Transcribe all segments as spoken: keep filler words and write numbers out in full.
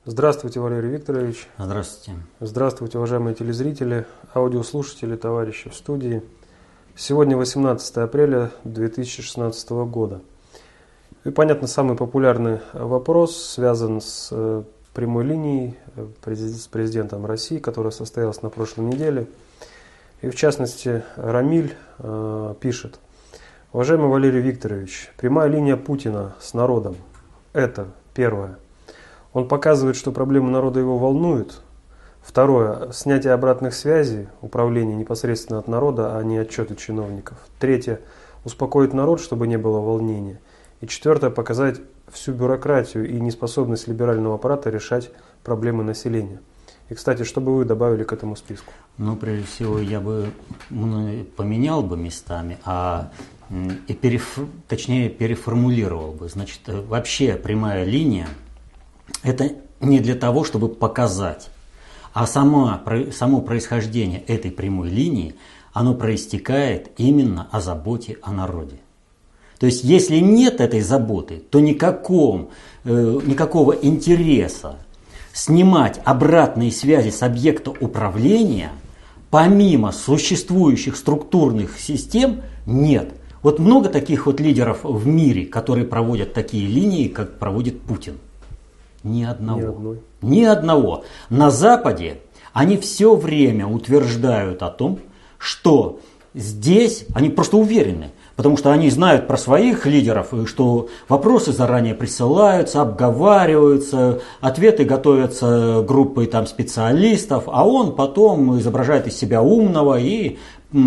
Здравствуйте, Валерий Викторович. Здравствуйте. Здравствуйте, уважаемые телезрители, аудиослушатели, товарищи в студии. Сегодня восемнадцатое апреля две тысячи шестнадцатого года. И, понятно, самый популярный вопрос связан с прямой линией с президентом России, которая состоялась на прошлой неделе. И, в частности, Рамиль э, пишет: уважаемый Валерий Викторович, прямая линия Путина с народом – это первое. Он показывает, что проблемы народа его волнуют. Второе. Снятие обратных связей, управление непосредственно от народа, а не отчеты чиновников. Третье. Успокоить народ, чтобы не было волнения. И четвертое. Показать всю бюрократию и неспособность либерального аппарата решать проблемы населения. И, кстати, что бы вы добавили к этому списку? Ну, прежде всего, я бы поменял бы местами, а и переф... точнее переформулировал бы. Значит, вообще прямая линия – это не для того, чтобы показать, а само, само происхождение этой прямой линии, оно проистекает именно о заботе о народе. То есть, если нет этой заботы, то никаком, э, никакого интереса снимать обратные связи с объекта управления, помимо существующих структурных систем, нет. Вот много таких вот лидеров в мире, которые проводят такие линии, как проводит Путин. Ни одного. Ни одной. Ни одного. На Западе они все время утверждают о том, что здесь, они просто уверены, потому что они знают про своих лидеров, что вопросы заранее присылаются, обговариваются, ответы готовятся группой там специалистов, а он потом изображает из себя умного и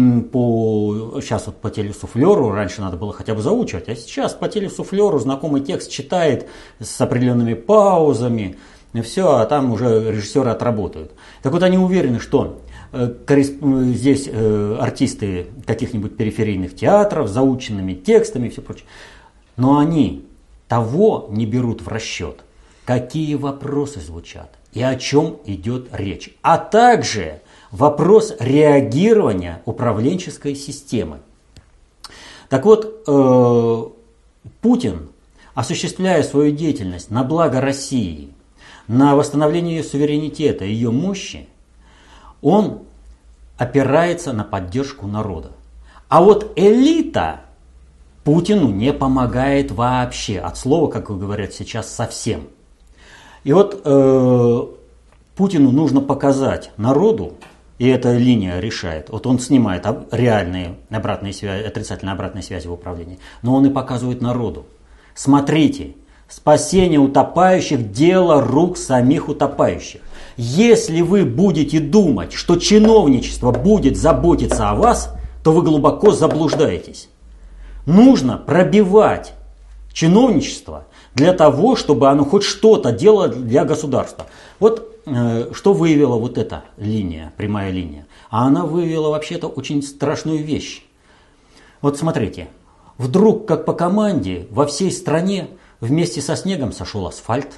по, сейчас вот по телесуфлеру, раньше надо было хотя бы заучивать, а сейчас по телесуфлеру знакомый текст читает с определенными паузами, и все, а там уже режиссеры отработают. Так вот, они уверены, что здесь артисты каких-нибудь периферийных театров с заученными текстами и все прочее. Но они того не берут в расчет, какие вопросы звучат и о чем идет речь. А также вопрос реагирования управленческой системы. Так вот, э, Путин, осуществляя свою деятельность на благо России, на восстановление ее суверенитета, ее мощи, он опирается на поддержку народа. А вот элита Путину не помогает вообще, от слова, как говорят сейчас, совсем. И вот э, Путину нужно показать народу, и эта линия решает. Вот он снимает реальные обратные связи, отрицательные обратные связи в управлении, но он и показывает народу. Смотрите, спасение утопающих – дело рук самих утопающих. Если вы будете думать, что чиновничество будет заботиться о вас, то вы глубоко заблуждаетесь. Нужно пробивать чиновничество для того, чтобы оно хоть что-то делало для государства. Вот э, что выявила вот эта линия, прямая линия. А она выявила вообще-то очень страшную вещь. Вот смотрите, вдруг, как по команде, во всей стране вместе со снегом сошел асфальт.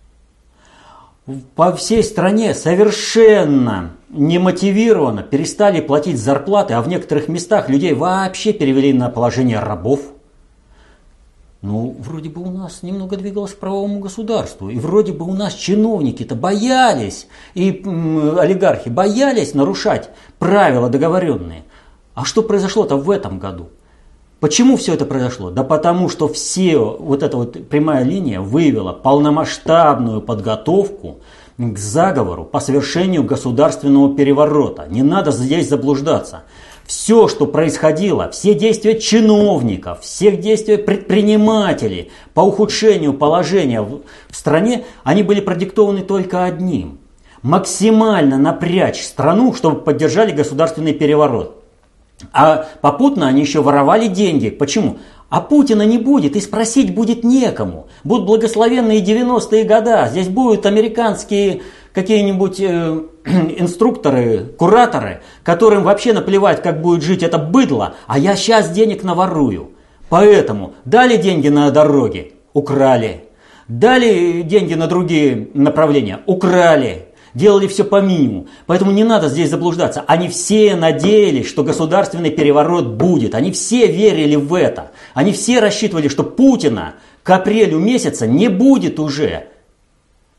По всей стране совершенно немотивированно перестали платить зарплаты, а в некоторых местах людей вообще перевели на положение рабов. Ну, вроде бы у нас немного двигалось к правовому государству, и вроде бы у нас чиновники-то боялись, и м, олигархи боялись нарушать правила договоренные. А что произошло-то в этом году? Почему все это произошло? Да потому что все, вот эта вот прямая линия выявила полномасштабную подготовку к заговору по совершению государственного переворота. Не надо здесь заблуждаться. Все, что происходило, все действия чиновников, все действия предпринимателей по ухудшению положения в стране, они были продиктованы только одним. Максимально напрячь страну, чтобы поддержали государственный переворот. А попутно они еще воровали деньги. Почему? А Путина не будет, и спросить будет некому. Будут благословенные девяностые годы. Здесь будут американские какие-нибудь э, инструкторы, кураторы, которым вообще наплевать, как будет жить это быдло, а я сейчас денег наворую. Поэтому дали деньги на дороги, украли. Дали деньги на другие направления, украли. Делали все по минимуму. Поэтому не надо здесь заблуждаться. Они все надеялись, что государственный переворот будет. Они все верили в это. Они все рассчитывали, что Путина к апрелю месяца не будет уже.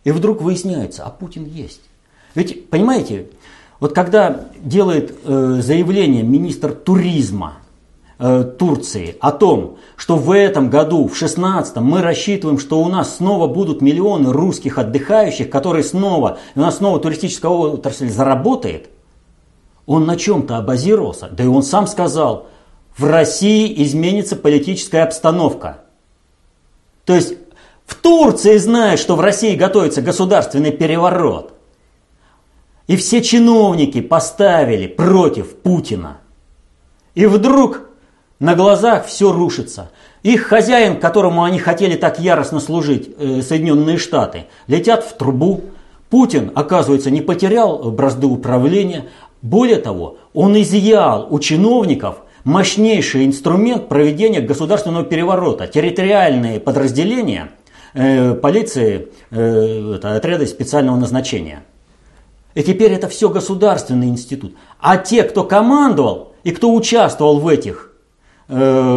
И вдруг выясняется, а Путин есть. Ведь, понимаете, вот когда делает э, заявление министр туризма э, Турции о том, что в этом году, в шестнадцатом, мы рассчитываем, что у нас снова будут миллионы русских отдыхающих, которые снова, у нас снова туристическая отрасль заработает, он на чем-то обазировался, да и он сам сказал, в России изменится политическая обстановка. То есть в Турции знают, что в России готовится государственный переворот. И все чиновники поставили против Путина. И вдруг на глазах все рушится. Их хозяин, которому они хотели так яростно служить, Соединенные Штаты, летят в трубу. Путин, оказывается, не потерял бразды управления. Более того, он изъял у чиновников мощнейший инструмент проведения государственного переворота. Территориальные подразделения э, полиции, э, это отряды специального назначения. И теперь это все государственный институт. А те, кто командовал и кто участвовал в этих, э,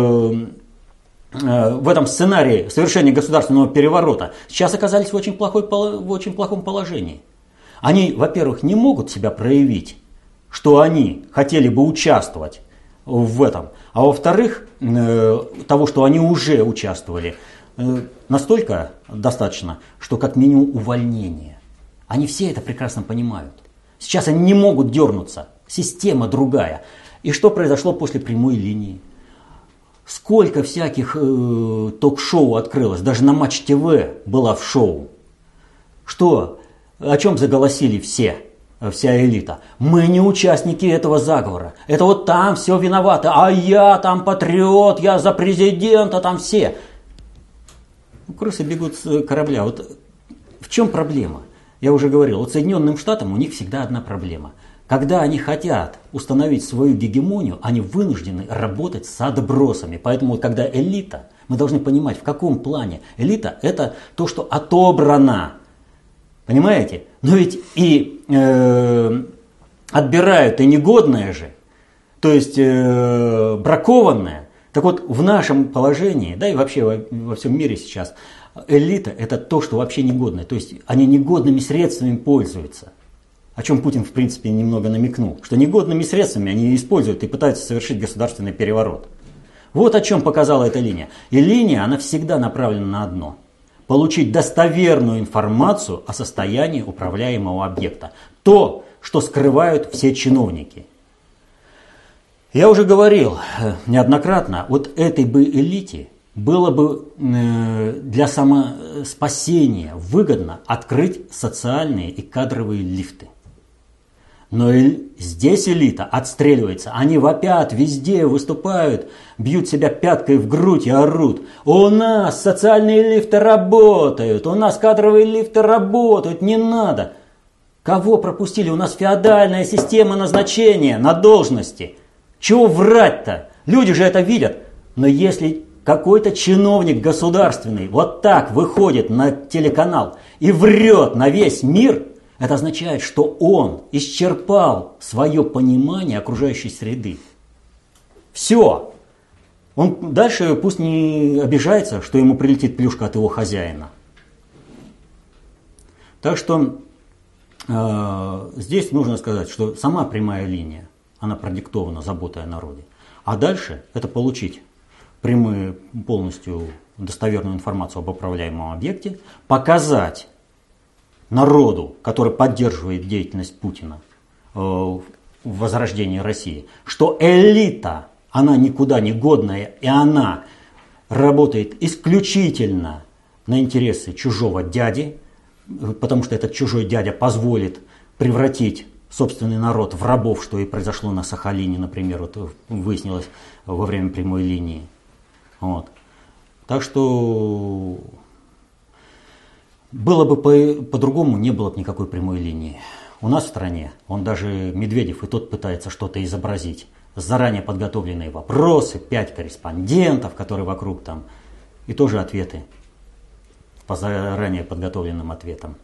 э, в этом сценарии совершения государственного переворота, сейчас оказались в очень, плохой, в очень плохом положении. Они, во-первых, не могут себя проявить, что они хотели бы участвовать в этом. А во-вторых, э, того, что они уже участвовали, э, настолько достаточно, что как минимум увольнение. Они все это прекрасно понимают. Сейчас они не могут дернуться. Система другая. И что произошло после прямой линии? Сколько всяких э, ток-шоу открылось. Даже на Матч ТВ была в шоу. Что? О чем заголосили все? Вся элита. Мы не участники этого заговора. Это вот там все виноваты. А я там патриот, я за президента, там все. Ну, крысы бегут с корабля. Вот в чем проблема? Я уже говорил, вот Соединенным Штатам у них всегда одна проблема. Когда они хотят установить свою гегемонию, они вынуждены работать с отбросами. Поэтому вот когда элита, мы должны понимать, в каком плане. Элита – это то, что отобрано. Понимаете? Но ведь и э, отбирают и негодное же, то есть э, бракованное. Так вот, в нашем положении, да и вообще во, во всем мире сейчас, элита – это то, что вообще негодное. То есть они негодными средствами пользуются. О чем Путин, в принципе, немного намекнул. Что негодными средствами они используют и пытаются совершить государственный переворот. Вот о чем показала эта линия. И линия, она всегда направлена на одно. Получить достоверную информацию о состоянии управляемого объекта. То, что скрывают все чиновники. Я уже говорил неоднократно, вот этой бы элите было бы для самоспасения выгодно открыть социальные и кадровые лифты. Но и здесь элита отстреливается. Они вопят, везде выступают, бьют себя пяткой в грудь и орут. У нас социальные лифты работают, у нас кадровые лифты работают, не надо. Кого пропустили? У нас феодальная система назначения на должности. Чего врать-то? Люди же это видят. Но если какой-то чиновник государственный вот так выходит на телеканал и врет на весь мир, это означает, что он исчерпал свое понимание окружающей среды. Все. Он дальше пусть не обижается, что ему прилетит плюшка от его хозяина. Так что э, здесь нужно сказать, что сама прямая линия, она продиктована заботой о народе. А дальше это получить прямую, полностью достоверную информацию об управляемом объекте, показать народу, который поддерживает деятельность Путина э, в возрождении России, что элита, она никуда не годная, и она работает исключительно на интересы чужого дяди, потому что этот чужой дядя позволит превратить собственный народ в рабов, что и произошло на Сахалине, например, вот выяснилось во время прямой линии. Вот. Так что было бы по- по-другому, не было бы никакой прямой линии. У нас в стране, он даже Медведев и тот пытается что-то изобразить. Заранее подготовленные вопросы, пять корреспондентов, которые вокруг там, и тоже ответы по заранее подготовленным ответам.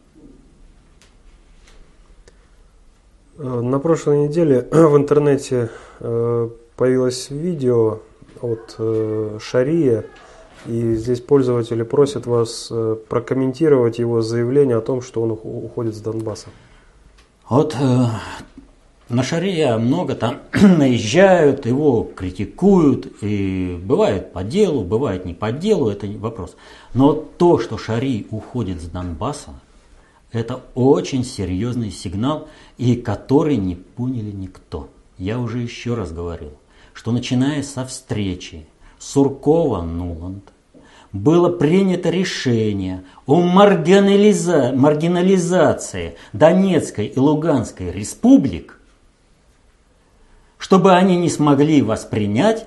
На прошлой неделе в интернете появилось видео от Шария, И здесь пользователи просят вас прокомментировать его заявление о том, что он уходит с Донбасса. Вот э, на Шария много там наезжают, его критикуют, и бывает по делу, бывает не по делу, это не вопрос. Но то, что Шарий уходит с Донбасса, это очень серьезный сигнал, и который не поняли никто. Я уже еще раз говорил, что начиная со встречи Суркова-Нуланд было принято решение о маргинализа... маргинализации Донецкой и Луганской республик, чтобы они не смогли воспринять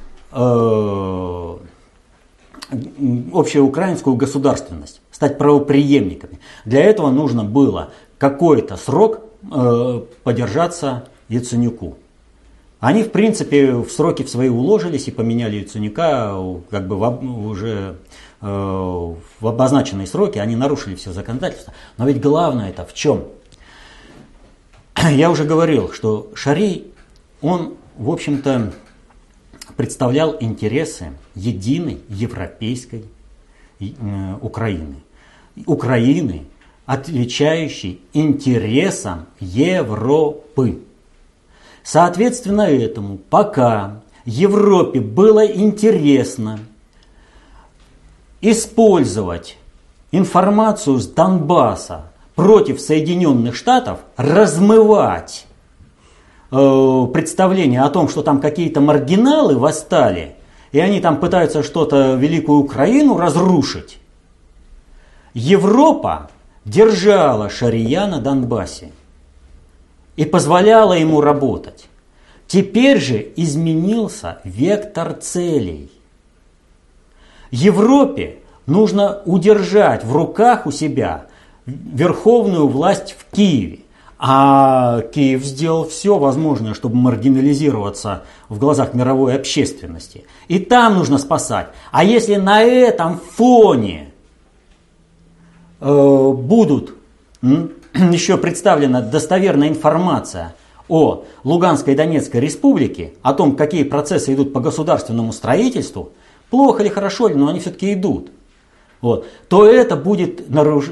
э, общеукраинскую государственность, стать правопреемниками. Для этого нужно было какой-то срок э, подержаться Яценюку. Они, в принципе, в сроки в свои уложились и поменяли Яценюка как бы в, уже э, в обозначенные сроки, они нарушили все законодательство. Но ведь главное это в чем? Я уже говорил, что Шарий, он, в общем-то, представлял интересы единой европейской э, Украины. Украины, отвечающей интересам Европы. Соответственно этому, пока Европе было интересно использовать информацию с Донбасса против Соединенных Штатов, размывать э, представление о том, что там какие-то маргиналы восстали, и они там пытаются что-то, Великую Украину разрушить, Европа держала Шария на Донбассе и позволяла ему работать. Теперь же изменился вектор целей. Европе нужно удержать в руках у себя верховную власть в Киеве. А Киев сделал все возможное, чтобы маргинализироваться в глазах мировой общественности. И там нужно спасать. А если на этом фоне э, будут... М, еще представлена достоверная информация о Луганской и Донецкой республике, о том, какие процессы идут по государственному строительству, плохо или хорошо ли, но они все-таки идут, вот, то это будет наруш...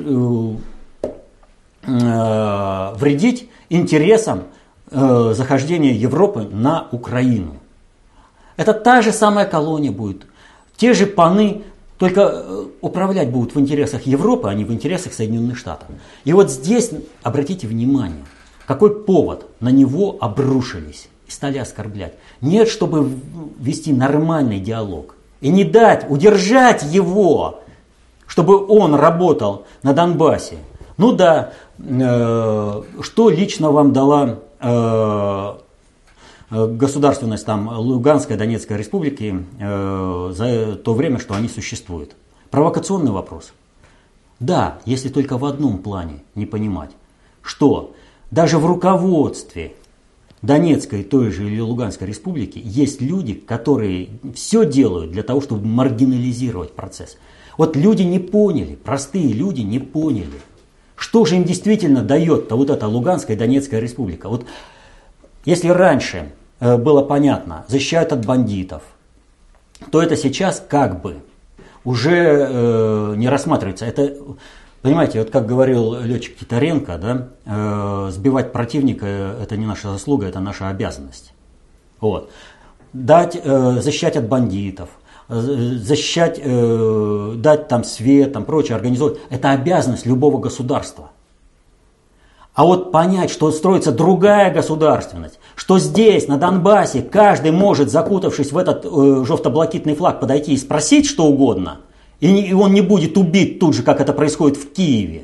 э, вредить интересам э, захождения Европы на Украину. Это та же самая колония будет, те же паны, только управлять будут в интересах Европы, а не в интересах Соединенных Штатов. И вот здесь, обратите внимание, какой повод на него обрушились и стали оскорблять. Нет, чтобы вести нормальный диалог и не дать, удержать его, чтобы он работал на Донбассе. Ну да, э, что лично вам дала э, государственность там Луганской, Донецкой республики э, за то время, что они существуют. Провокационный вопрос. Да, если только в одном плане не понимать, что даже в руководстве Донецкой, той же или Луганской республики есть люди, которые все делают для того, чтобы маргинализировать процесс. Вот люди не поняли, простые люди не поняли, что же им действительно дает вот эта Луганская и Донецкая республика. Вот если раньше было понятно, защищают от бандитов, то это сейчас как бы уже э, не рассматривается. Это, понимаете, вот как говорил летчик Титаренко, да, э, сбивать противника – это не наша заслуга, это наша обязанность. Вот. Дать, э, защищать от бандитов, э, защищать, э, дать там свет, там прочее, организовать – это обязанность любого государства. А вот понять, что строится другая государственность, что здесь, на Донбассе, каждый может, закутавшись в этот э, желто-блакитный флаг, подойти и спросить что угодно, и, не, и он не будет убит тут же, как это происходит в Киеве.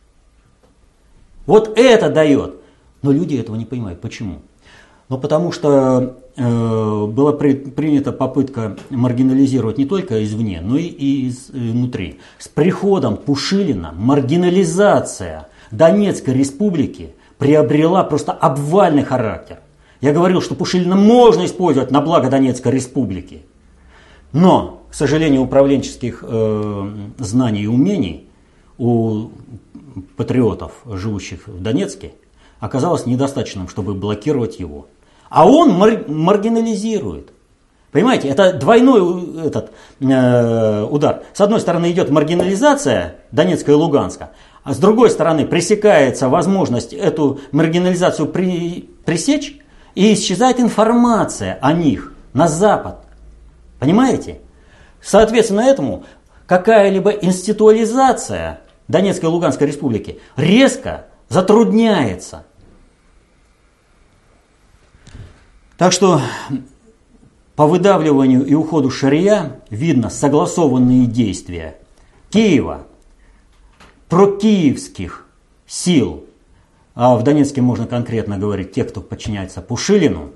Вот это дает. Но люди этого не понимают. Почему? Ну, потому что э, была при, принята попытка маргинализировать не только извне, но и, и изнутри. С приходом Пушилина маргинализация Донецкой республики приобрела просто обвальный характер. Я говорил, что Пушилина можно использовать на благо Донецкой республики. Но, к сожалению, управленческих э, знаний и умений у патриотов, живущих в Донецке, оказалось недостаточным, чтобы блокировать его. А он мар- маргинализирует. Понимаете, это двойной этот, э, удар. С одной стороны идет маргинализация Донецка и Луганска, а с другой стороны пресекается возможность эту маргинализацию при, пресечь, и исчезает информация о них на Запад. Понимаете? Соответственно этому какая-либо институализация Донецкой и Луганской республики резко затрудняется. Так что по выдавливанию и уходу шария видно согласованные действия Киева, прокиевских сил, а в Донецке можно конкретно говорить тех, кто подчиняется Пушилину,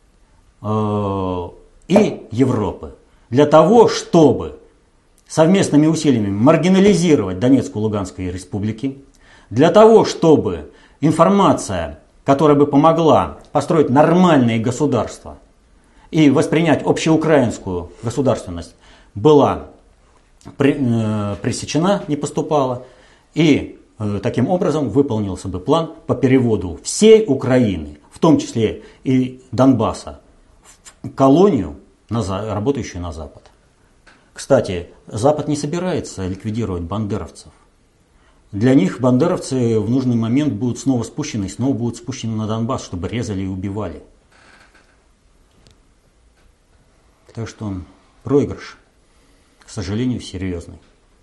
э, и Европы, для того, чтобы совместными усилиями маргинализировать Донецкую и Луганскую республики, для того, чтобы информация, которая бы помогла построить нормальные государства и воспринять общеукраинскую государственность, была при, э, пресечена, не поступала, и э, таким образом выполнился бы план по переводу всей Украины, в том числе и Донбасса, в колонию, на, работающую на Запад. Кстати, Запад не собирается ликвидировать бандеровцев. Для них бандеровцы в нужный момент будут снова спущены, и снова будут спущены на Донбасс, чтобы резали и убивали. Так что проигрыш, к сожалению, серьезный.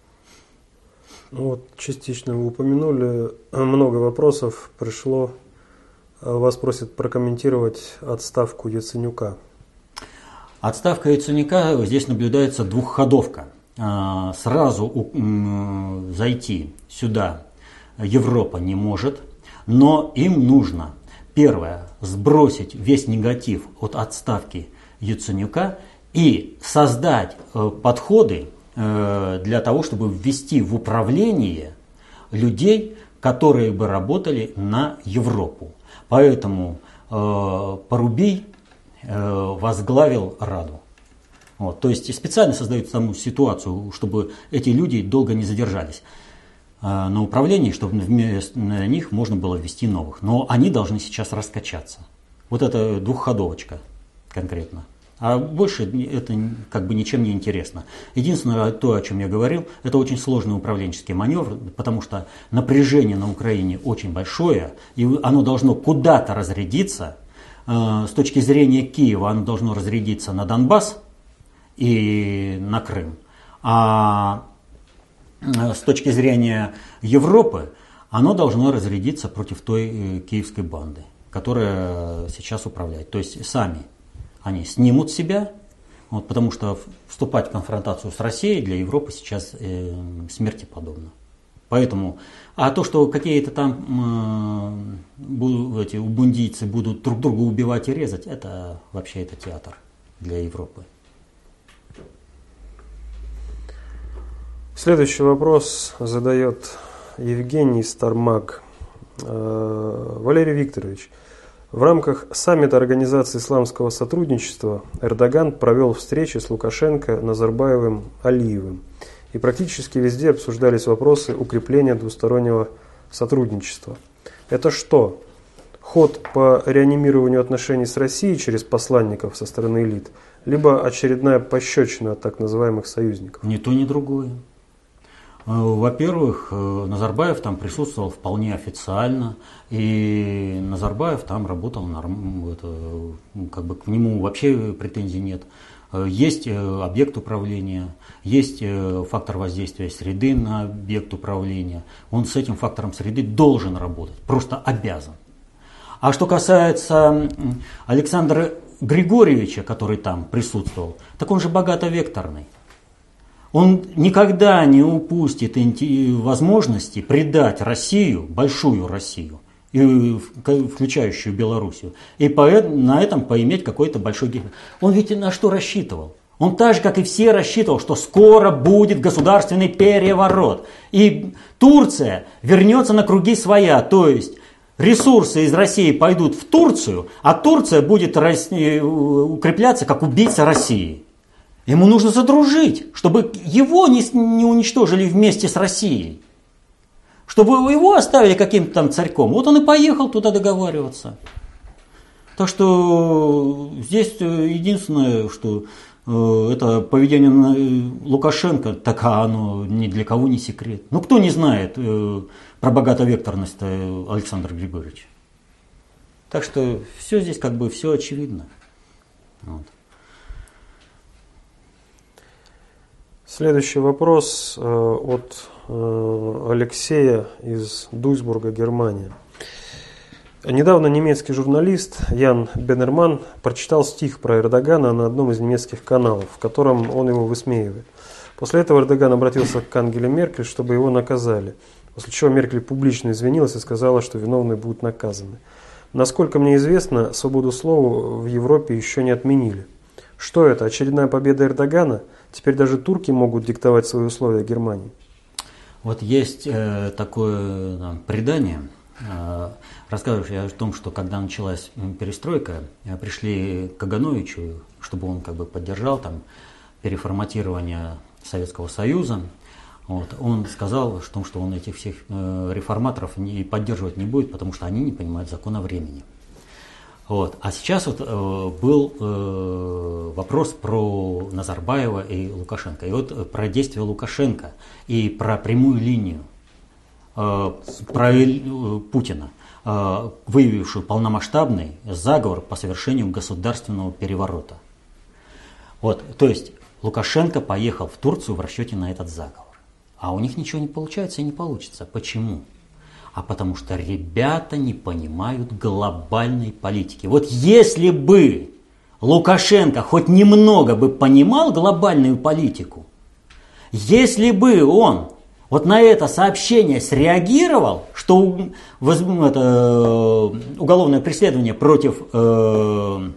Вот частично вы упомянули, много вопросов пришло. Вас просят прокомментировать отставку Яценюка. Отставка Яценюка, здесь наблюдается двухходовка. Сразу зайти сюда Европа не может, но им нужно, первое, сбросить весь негатив от отставки Яценюка и создать подходы для того, чтобы ввести в управление людей, которые бы работали на Европу. Поэтому Порубий возглавил Раду. Вот, то есть специально создают саму ситуацию, чтобы эти люди долго не задержались э, на управлении, чтобы вместо них можно было ввести новых. Но они должны сейчас раскачаться. Вот это двухходовочка конкретно. А больше это как бы ничем не интересно. Единственное, то, о чем я говорил, это очень сложный управленческий маневр, потому что напряжение на Украине очень большое, и оно должно куда-то разрядиться. Э, с точки зрения Киева оно должно разрядиться на Донбасс и на Крым. А с точки зрения Европы оно должно разрядиться против той киевской банды, которая сейчас управляет. То есть сами они снимут себя, вот, потому что вступать в конфронтацию с Россией для Европы сейчас э, смерти подобно. Поэтому, а то, что какие-то там э, будут, эти убундийцы будут друг друга убивать и резать, это вообще это театр для Европы. Следующий вопрос задает Евгений Стармак. Валерий Викторович, в рамках саммита Организации исламского сотрудничества Эрдоган провел встречи с Лукашенко, Назарбаевым, Алиевым. И практически везде обсуждались вопросы укрепления двустороннего сотрудничества. Это что? Ход по реанимированию отношений с Россией через посланников со стороны элит, либо очередная пощечина от так называемых союзников? Ни то, ни другое. Во-первых, Назарбаев там присутствовал вполне официально, и Назарбаев там работал, это, как бы к нему вообще претензий нет. Есть объект управления, есть фактор воздействия среды на объект управления. Он с этим фактором среды должен работать, просто обязан. А что касается Александра Григорьевича, который там присутствовал, так он же богаtovекторный. Он никогда не упустит возможности предать Россию, большую Россию, включающую Белоруссию, и на этом поиметь какой-то большой гений. Он ведь на что рассчитывал? Он так же, как и все, рассчитывал, что скоро будет государственный переворот. И Турция вернется на круги своя, то есть ресурсы из России пойдут в Турцию, а Турция будет укрепляться как убийца России. Ему нужно задружить, чтобы его не, не уничтожили вместе с Россией. Чтобы его оставили каким-то там царьком. Вот он и поехал туда договариваться. Так что здесь единственное, что это поведение Лукашенко, так оно ни для кого не секрет. Ну кто не знает про боговекторность Александра Григорьевича? Так что все здесь как бы все очевидно. Вот. Следующий вопрос от Алексея из Дуйсбурга, Германия. Недавно немецкий журналист Ян Беннерман прочитал стих про Эрдогана на одном из немецких каналов, в котором он его высмеивает. После этого Эрдоган обратился к Ангеле Меркель, чтобы его наказали. После чего Меркель публично извинилась и сказала, что виновные будут наказаны. Насколько мне известно, свободу слова в Европе еще не отменили. Что это? Очередная победа Эрдогана? Теперь даже турки могут диктовать свои условия Германии. Вот есть э, такое там, предание, э, рассказывающее о том, что когда началась перестройка, пришли к Кагановичу, чтобы он как бы поддержал там, переформатирование Советского Союза. Вот, он сказал, что, что он этих всех э, реформаторов не, поддерживать не будет, потому что они не понимают закона времени. Вот. А сейчас вот, э, был э, вопрос про Назарбаева и Лукашенко. И вот э, про действия Лукашенко и про прямую линию э, про э, Путина, э, выявившую полномасштабный заговор по совершению государственного переворота. Вот, то есть Лукашенко поехал в Турцию в расчете на этот заговор. А у них ничего не получается и не получится. Почему? А потому что ребята не понимают глобальной политики. Вот если бы Лукашенко хоть немного бы понимал глобальную политику, если бы он вот на это сообщение среагировал, что это, уголовное преследование против э,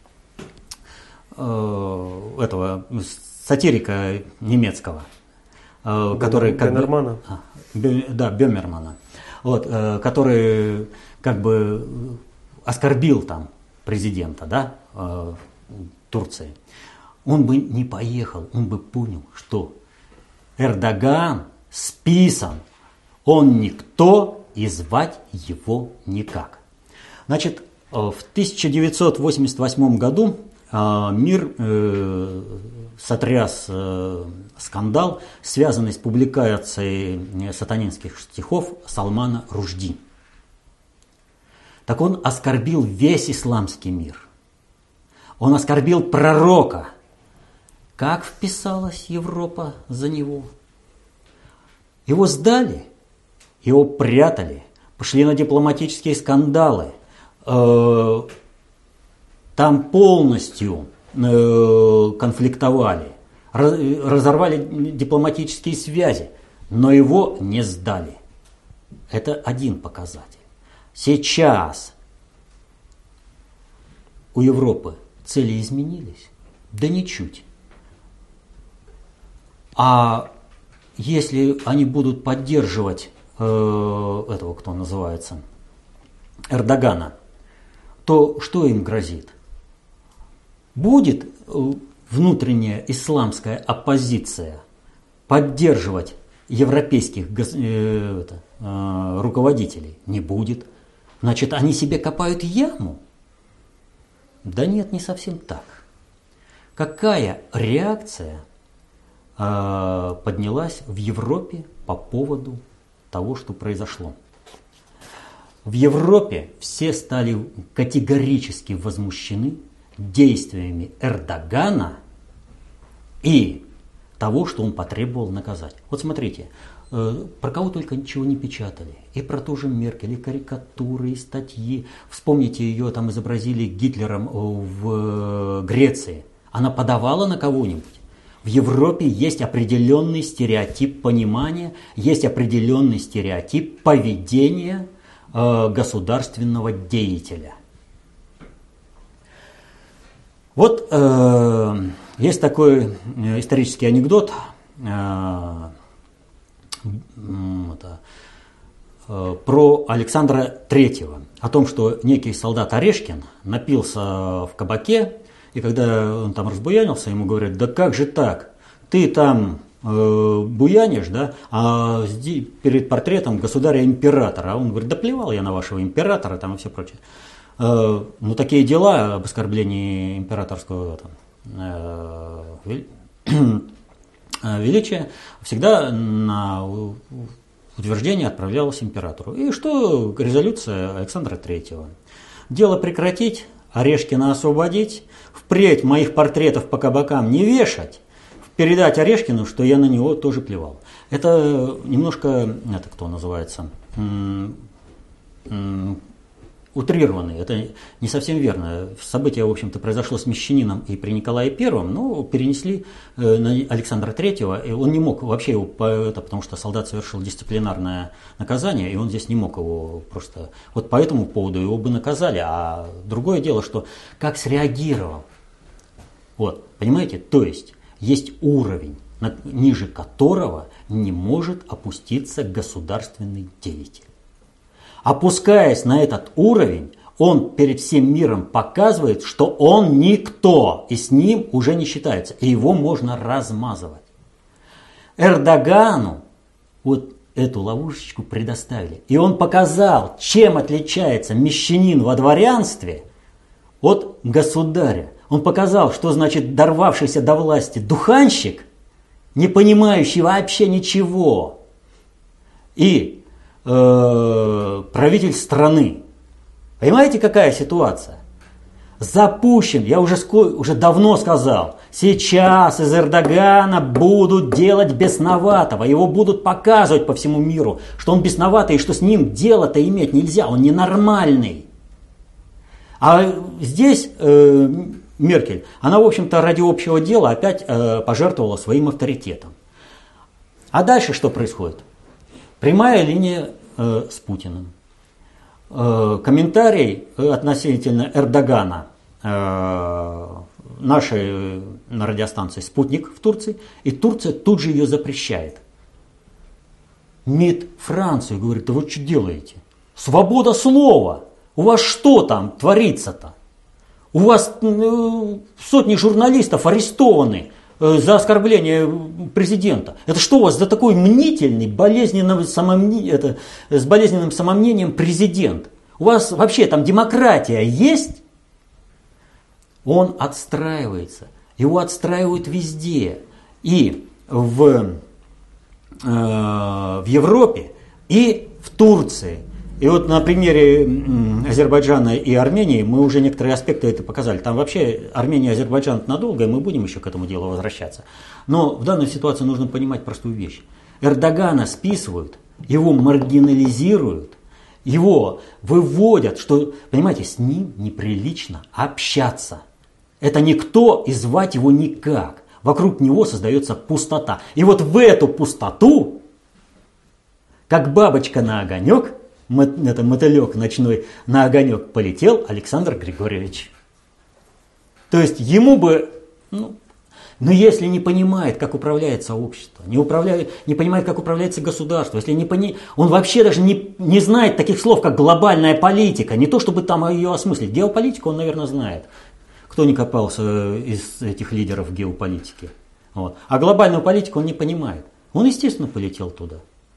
э, этого сатирика немецкого, э, который как Беннермана. бы, да, Беммермана. Вот, э, который как бы оскорбил там президента, да, э, Турции, он бы не поехал, он бы понял, что Эрдоган списан, он никто и звать его никак. Значит, э, в тысяча девятьсот восемьдесят восьмом году э, мир э, сотряс э, скандал, связанный с публикацией сатанинских стихов Салмана Ружди. Так он оскорбил весь исламский мир. Он оскорбил пророка. Как вписалась Европа за него? Его сдали, его прятали, пошли на дипломатические скандалы. Э, там полностью э, конфликтовали. Разорвали дипломатические связи, но его не сдали. Это один показатель. Сейчас у Европы цели изменились? Да ничуть. А если они будут поддерживать э, этого, кто называется, Эрдогана, то что им грозит? Будет э, внутренняя исламская оппозиция поддерживать европейских э, это, э, руководителей? Не будет. Значит, они себе копают яму? Да нет, не совсем так. Какая реакция э, поднялась в Европе по поводу того, что произошло? В Европе все стали категорически возмущены действиями Эрдогана и того, что он потребовал наказать. Вот смотрите, э, про кого только ничего не печатали. И про ту же Меркель, и карикатуры, и статьи. Вспомните, ее там изобразили Гитлером в Греции. Она подавала на кого-нибудь. В Европе есть определенный стереотип понимания, есть определенный стереотип поведения э, государственного деятеля. Вот э, есть такой исторический анекдот э, это, э, про Александра Третьего, о том, что некий солдат Орешкин напился в кабаке, и когда он там разбуянился, ему говорят: да как же так, ты там э, буянишь, да, а перед портретом государя-императора, а он говорит: да плевал я на вашего императора там и все прочее. э, ну, такие дела об оскорблении императорского там, э, величия всегда на утверждение отправлялось императору. И что резолюция Александра Третьего? Дело прекратить, Орешкина освободить, впредь моих портретов по кабакам не вешать, передать Орешкину, что я на него тоже плевал. Это немножко, это кто называется, м- м- утрированный, это не совсем верно. Событие, в общем-то, произошло с Мещанином и при Николае Первом, но перенесли э, на Александра Третьего, и он не мог вообще его, по, это, потому что солдат совершил дисциплинарное наказание, и он здесь не мог его просто, вот по этому поводу его бы наказали, а другое дело, что как среагировал, вот, понимаете, то есть есть уровень, ниже которого не может опуститься государственный деятель. Опускаясь на этот уровень, он перед всем миром показывает, что он никто, и с ним уже не считается, и его можно размазывать. Эрдогану вот эту ловушечку предоставили, и он показал, чем отличается мещанин во дворянстве от государя. Он показал, что значит дорвавшийся до власти духанщик, не понимающий вообще ничего, и э, правитель страны. Понимаете, какая ситуация? Запущен, я уже, уже давно сказал, сейчас из Эрдогана будут делать бесноватого, его будут показывать по всему миру, что он бесноватый и что с ним дело-то иметь нельзя, он ненормальный. А здесь э, Меркель, она, в общем-то, ради общего дела опять э, пожертвовала своим авторитетом. А дальше что происходит? Прямая линия э, с Путиным. Э, комментарий относительно Эрдогана э, нашей на радиостанции «Спутник» в Турции, и Турция тут же ее запрещает. МИД Франции говорит: да вы что делаете? Свобода слова! У вас что там творится-то? У вас э, сотни журналистов арестованы э, за оскорбление президента. Это что у вас за такой мнительный, болезненным самомни... это, с болезненным самомнением президент? У вас вообще там демократия есть? Он отстраивается. Его отстраивают везде. И в, э, в Европе, и в Турции. И вот на примере Азербайджана и Армении мы уже некоторые аспекты это показали. Там вообще Армения и Азербайджан надолго, и мы будем еще к этому делу возвращаться. Но в данной ситуации нужно понимать простую вещь. Эрдогана списывают, его маргинализируют, его выводят, что, понимаете, с ним неприлично общаться. Это никто, и звать его никак. Вокруг него создается пустота. И вот в эту пустоту, как бабочка на огонек, это мотылек ночной на огонек полетел Александр Григорьевич. То есть ему бы, ну, но если не понимает, как управляется общество, не, управляет, не понимает, как управляется государство, если не пони, он вообще даже не, не знает таких слов, как глобальная политика, не то чтобы там ее осмыслить. Геополитику он, наверное, знает. Кто не копался из этих лидеров геополитики. Вот. А глобальную политику он не понимает. Он, естественно, полетел туда.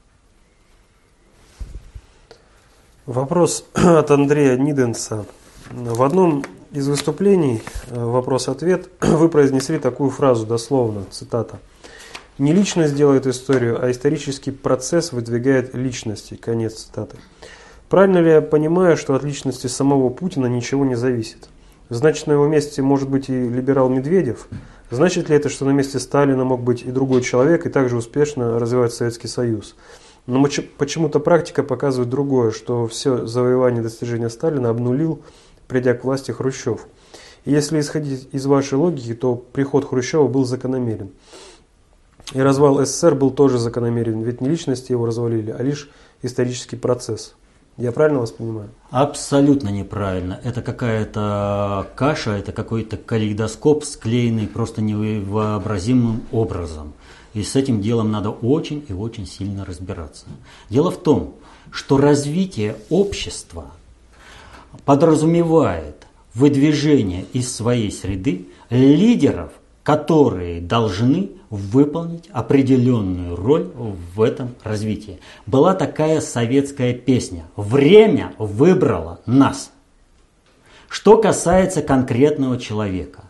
Вопрос от Андрея Ниденса. В одном из выступлений, вопрос-ответ, вы произнесли такую фразу дословно, цитата: «Не личность делает историю, а исторический процесс выдвигает личности». Конец цитаты. Правильно ли я понимаю, что от личности самого Путина ничего не зависит? Значит, на его месте может быть и либерал Медведев? Значит ли это, что на месте Сталина мог быть и другой человек, и также успешно развивать Советский Союз? Но почему-то практика показывает другое, что все завоевания и достижения Сталина обнулил, придя к власти, Хрущев. И если исходить из вашей логики, то приход Хрущева был закономерен. И развал СССР был тоже закономерен, ведь не личности его развалили, а лишь исторический процесс. Я правильно вас понимаю? Абсолютно неправильно. Это какая-то каша, это какой-то калейдоскоп, склеенный просто невообразимым образом. И с этим делом надо очень и очень сильно разбираться. Дело в том, что развитие общества подразумевает выдвижение из своей среды лидеров, которые должны выполнить определенную роль в этом развитии. Была такая советская песня: «Время выбрало нас». что касается конкретного человека.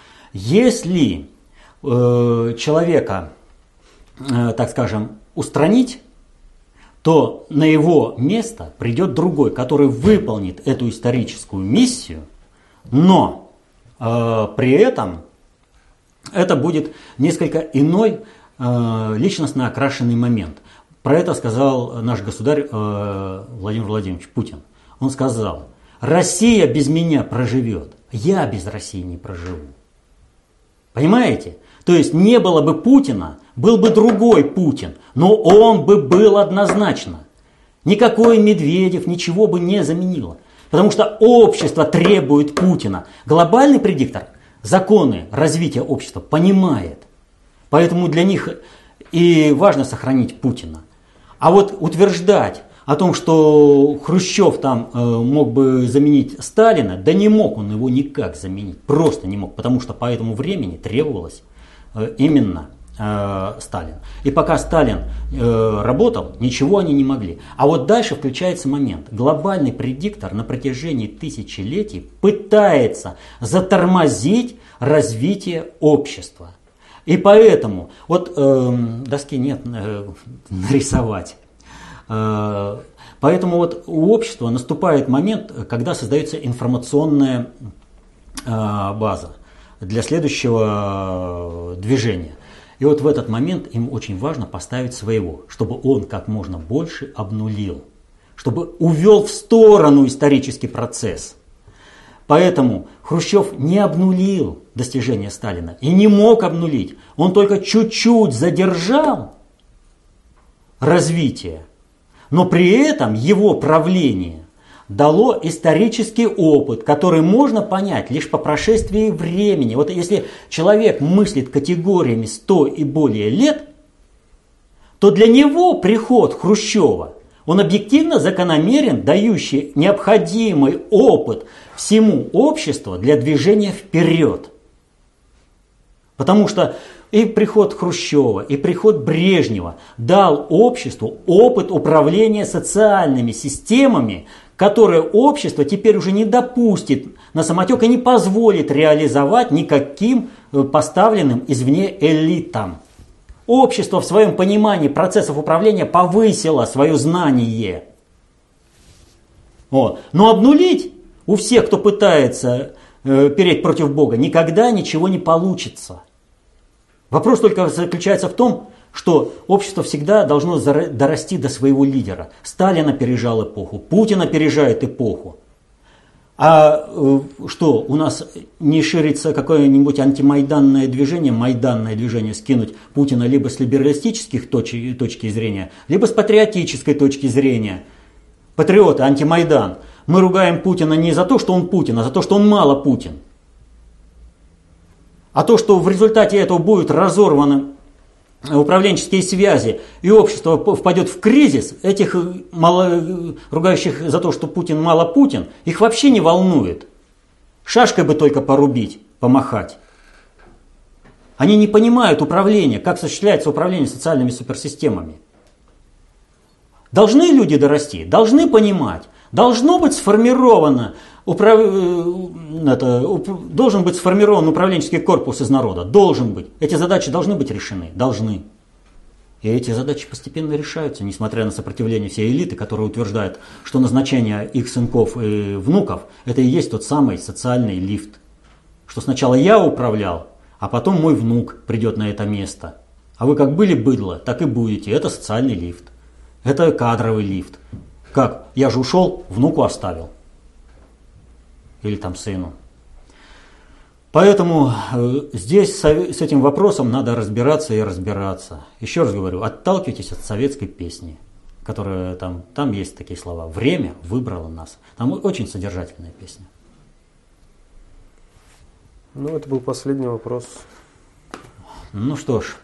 Если э, человека, э, так скажем, устранить, то на его место придет другой, который выполнит эту историческую миссию, но э, при этом это будет несколько иной э, личностно окрашенный момент. Про это сказал наш государь э, Владимир Владимирович Путин. Он сказал: Россия без меня проживет, я без России не проживу. Понимаете? То есть не было бы Путина, был бы другой Путин, но он бы был однозначно. Никакой Медведев ничего бы не заменило. Потому что общество требует Путина. Глобальный предиктор законы развития общества понимает. Поэтому для них и важно сохранить Путина. А вот утверждать о том, что Хрущев там э, мог бы заменить Сталина, да не мог он его никак заменить, просто не мог, потому что по этому времени требовалось э, именно э, Сталин. И пока Сталин э, работал, ничего они не могли. А вот дальше включается момент. Глобальный предиктор на протяжении тысячелетий пытается затормозить развитие общества. И поэтому, вот э, доски нет, э, нарисовать. Поэтому вот у общества наступает момент, когда создается информационная база для следующего движения. И вот в этот момент им очень важно поставить своего, чтобы он как можно больше обнулил, чтобы увел в сторону исторический процесс. Поэтому Хрущев не обнулил достижения Сталина и не мог обнулить. Он только чуть-чуть задержал развитие. Но при этом его правление дало исторический опыт, который можно понять лишь по прошествии времени. Вот если человек мыслит категориями сто и более лет, то для него приход Хрущева, он объективно закономерен, дающий необходимый опыт всему обществу для движения вперед. Потому что и приход Хрущева, и приход Брежнева дал обществу опыт управления социальными системами, которые общество теперь уже не допустит на самотек и не позволит реализовать никаким поставленным извне элитам. Общество в своем понимании процессов управления повысило свое знание. Вот. Но обнулить у всех, кто пытается э, переть против Бога, никогда ничего не получится. Вопрос только заключается в том, что общество всегда должно дорасти до своего лидера. Сталин опережал эпоху, Путин опережает эпоху. А э, что, у нас не ширится какое-нибудь антимайданное движение, майданное движение, скинуть Путина либо с либералистических точ- точки зрения, либо с патриотической точки зрения. Патриоты, антимайдан. Мы ругаем Путина не за то, что он Путин, а за то, что он мало Путин. А то, что в результате этого будут разорваны управленческие связи и общество впадет в кризис, этих мало, ругающих за то, что Путин мало Путин, их вообще не волнует. Шашкой бы только порубить, помахать. Они не понимают управления, как осуществляется управление социальными суперсистемами. Должны люди дорасти, должны понимать, должно быть сформировано Управ... Это, уп... Должен быть сформирован управленческий корпус из народа. Должен быть. Эти задачи должны быть решены. Должны. И эти задачи постепенно решаются, несмотря на сопротивление всей элиты, которая утверждает, что назначение их сынков и внуков – это и есть тот самый социальный лифт. Что сначала я управлял, а потом мой внук придет на это место. А вы как были быдло, так и будете. Это социальный лифт. Это кадровый лифт. Как? Я же ушел, внуку оставил. Или там сыну. Поэтому э, здесь с, с этим вопросом надо разбираться и разбираться. Еще раз говорю, отталкивайтесь от советской песни, которая там, там есть такие слова. Время выбрало нас. Там очень содержательная песня. Ну, это был последний вопрос. Ну что ж,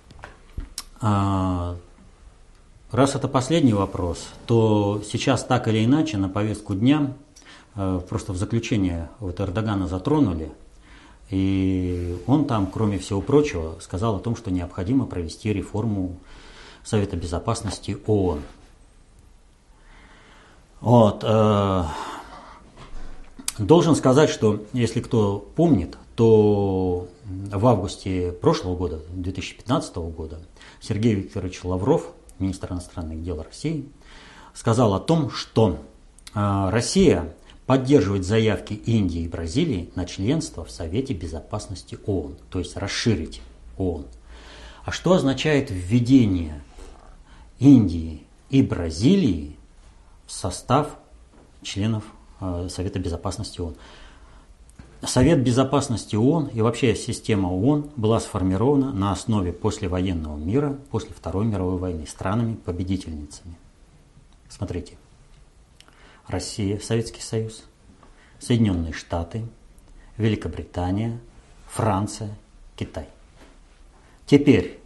а, раз это последний вопрос, то сейчас так или иначе на повестку дня просто в заключение вот Эрдогана затронули, и он там, кроме всего прочего, сказал о том, что необходимо провести реформу Совета Безопасности ООН. Вот. Должен сказать, что, если кто помнит, то в августе прошлого года, две тысячи пятнадцатого года, Сергей Викторович Лавров, министр иностранных дел России, сказал о том, что Россия поддерживает заявки Индии и Бразилии на членство в Совете Безопасности ООН, то есть расширить ООН. А что означает введение Индии и Бразилии в состав членов Совета Безопасности ООН? Совет Безопасности ООН и вообще система ООН была сформирована на основе послевоенного мира, после Второй мировой войны, странами-победительницами. Смотрите. Россия, Советский Союз, Соединенные Штаты, Великобритания, Франция, Китай. Теперь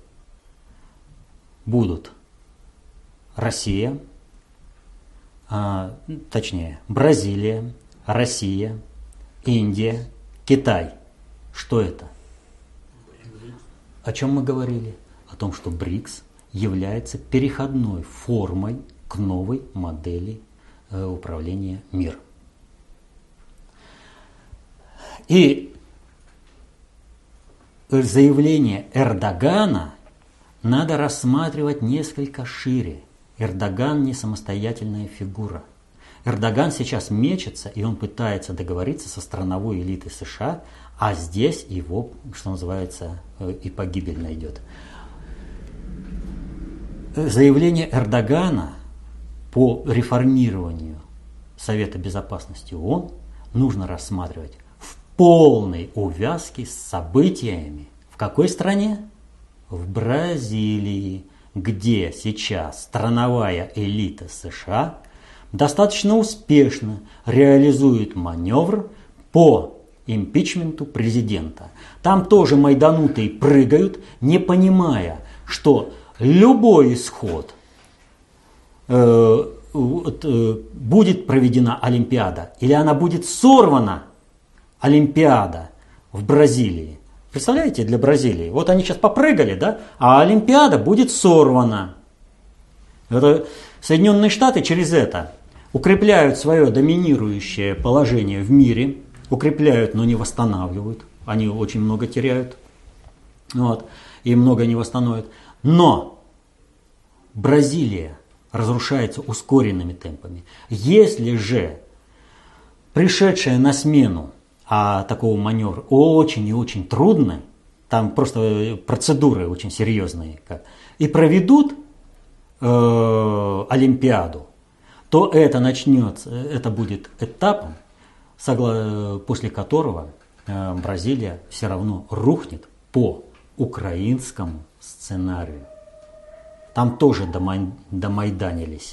будут Россия, а, точнее Бразилия, Россия, Индия, Китай. Что это? О чем мы говорили? О том, что БРИКС является переходной формой к новой модели управления миром. И заявление Эрдогана надо рассматривать несколько шире. Эрдоган не самостоятельная фигура. Эрдоган сейчас мечется, и он пытается договориться со страновой элитой США, а здесь его, что называется, и погибель найдет. Заявление Эрдогана по реформированию Совета Безопасности ООН нужно рассматривать в полной увязке с событиями. В какой стране? В Бразилии, где сейчас страновая элита США достаточно успешно реализует маневр по импичменту президента. Там тоже майданутые прыгают, не понимая, что любой исход э, э, будет проведена Олимпиада или она будет сорвана, Олимпиада в Бразилии. Представляете, для Бразилии. Вот они сейчас попрыгали, да, а Олимпиада будет сорвана. Это Соединенные Штаты через это укрепляют свое доминирующее положение в мире, укрепляют, но не восстанавливают. Они очень много теряют, вот, и много не восстановят. Но Бразилия разрушается ускоренными темпами. Если же пришедшая на смену, а такого маневра очень и очень трудный, там просто процедуры очень серьезные, как, и проведут э, Олимпиаду, то это начнется, это будет этапом, согла- после которого э, Бразилия все равно рухнет по украинскому сценарию. Там тоже домай- домайданились.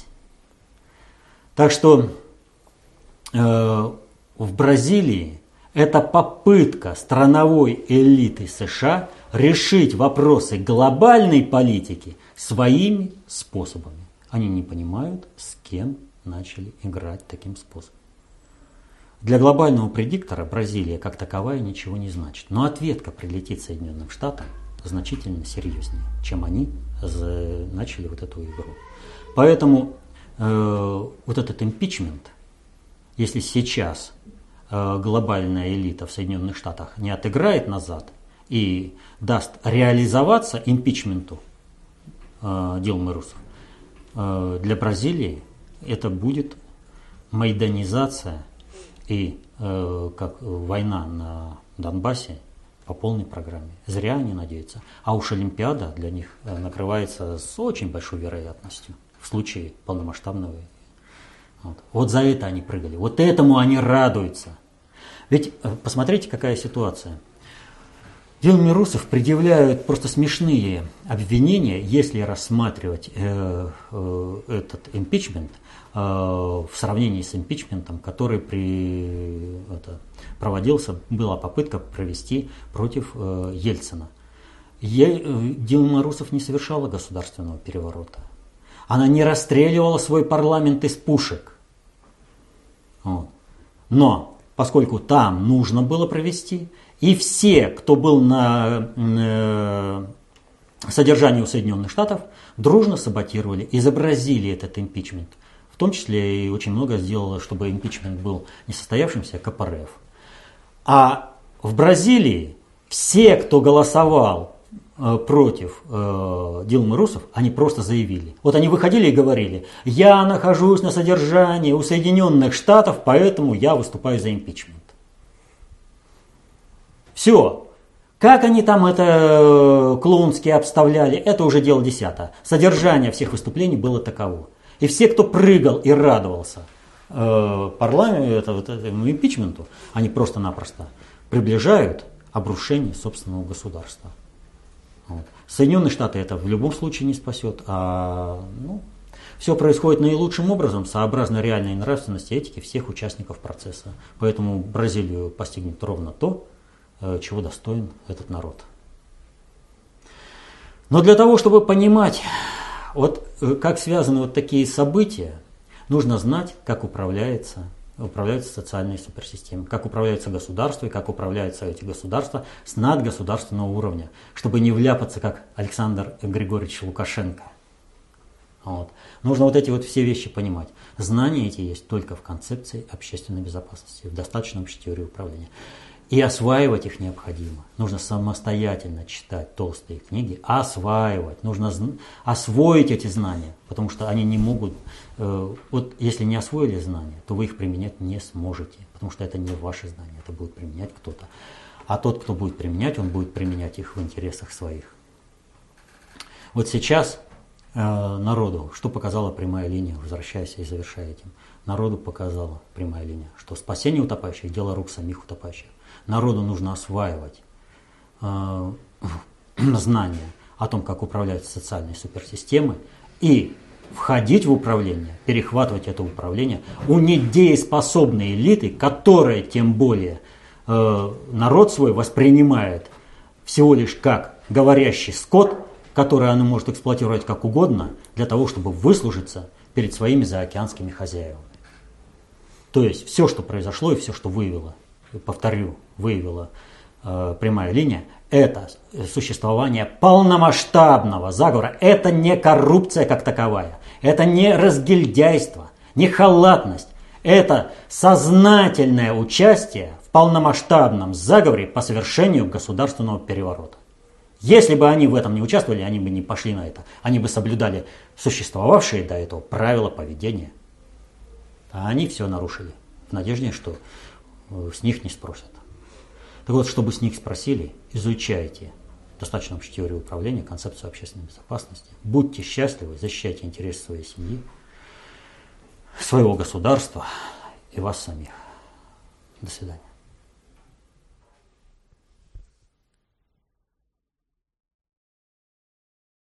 Так что э, в Бразилии это попытка страновой элиты США решить вопросы глобальной политики своими способами. Они не понимают, с кем начали играть таким способом. Для глобального предиктора Бразилия как таковая ничего не значит. Но ответка прилетит Соединенным Штатам значительно серьезнее, чем они начали вот эту игру. Поэтому э, вот этот импичмент, если сейчас э, глобальная элита в Соединенных Штатах не отыграет назад и даст реализоваться импичменту э, Дилмы Русефф, э, для Бразилии это будет майданизация и э, как война на Донбассе по полной программе. Зря они надеются. А уж Олимпиада для них накрывается с очень большой вероятностью в случае полномасштабного. Вот, вот за это они прыгали. Вот этому они радуются. Ведь посмотрите, какая ситуация. Дилме Русефф предъявляют просто смешные обвинения, если рассматривать э, э, этот импичмент э, в сравнении с импичментом, который при, это, проводился, была попытка провести против э, Ельцина. Е, э, Дилма Русефф не совершала государственного переворота. Она не расстреливала свой парламент из пушек. Вот. Но поскольку там нужно было провести, и все, кто был на э, содержании у Соединенных Штатов, дружно саботировали, изобразили этот импичмент В том числе и очень много сделала, чтобы импичмент был несостоявшимся, ка пэ эр эф. А в Бразилии все, кто голосовал э, против э, Дилмы Русефф, они просто заявили. Вот они выходили и говорили: я нахожусь на содержании у Соединенных Штатов, поэтому я выступаю за импичмент. Все. Как они там это клоунски обставляли, это уже дело десятое. Содержание всех выступлений было таково. И все, кто прыгал и радовался э, парламенту, это, вот, этому импичменту, они просто-напросто приближают обрушение собственного государства. Вот. Соединенные Штаты это в любом случае не спасет, а ну, все происходит наилучшим образом, сообразно реальной нравственности и этике всех участников процесса. Поэтому Бразилию постигнет ровно то, чего достоин этот народ. Но для того, чтобы понимать, вот как связаны вот такие события, нужно знать, как управляется, управляются социальные суперсистемы, как управляется государство и как управляются эти государства с надгосударственного уровня, чтобы не вляпаться, как Александр Григорьевич Лукашенко. Вот. Нужно вот эти вот все вещи понимать. Знания эти есть только в концепции общественной безопасности, в достаточной общей теории управления. И осваивать их необходимо. Нужно самостоятельно читать толстые книги, осваивать. Нужно освоить эти знания, потому что они не могут... Э, вот если не освоили знания, то вы их применять не сможете, потому что это не ваши знания, это будет применять кто-то. А тот, кто будет применять, он будет применять их в интересах своих. Вот сейчас э, народу, что показала прямая линия, возвращаясь и завершая этим, народу показала прямая линия, что спасение утопающих – дело рук самих утопающих. Народу нужно осваивать э, знания о том, как управляются социальные суперсистемы, и входить в управление, перехватывать это управление у недееспособной элиты, которая тем более э, народ свой воспринимает всего лишь как говорящий скот, который она может эксплуатировать как угодно для того, чтобы выслужиться перед своими заокеанскими хозяевами. То есть все, что произошло и все, что выявило, повторю, выявила э, прямая линия, это существование полномасштабного заговора. Это не коррупция как таковая, это не разгильдяйство, не халатность, это сознательное участие в полномасштабном заговоре по совершению государственного переворота. Если бы они в этом не участвовали, они бы не пошли на это, они бы соблюдали существовавшие до этого правила поведения. А они все нарушили в надежде, что с них не спросят. Так вот, чтобы с них спросили, изучайте достаточно общую теорию управления, концепцию общественной безопасности. Будьте счастливы, защищайте интересы своей семьи, своего государства и вас самих. До свидания.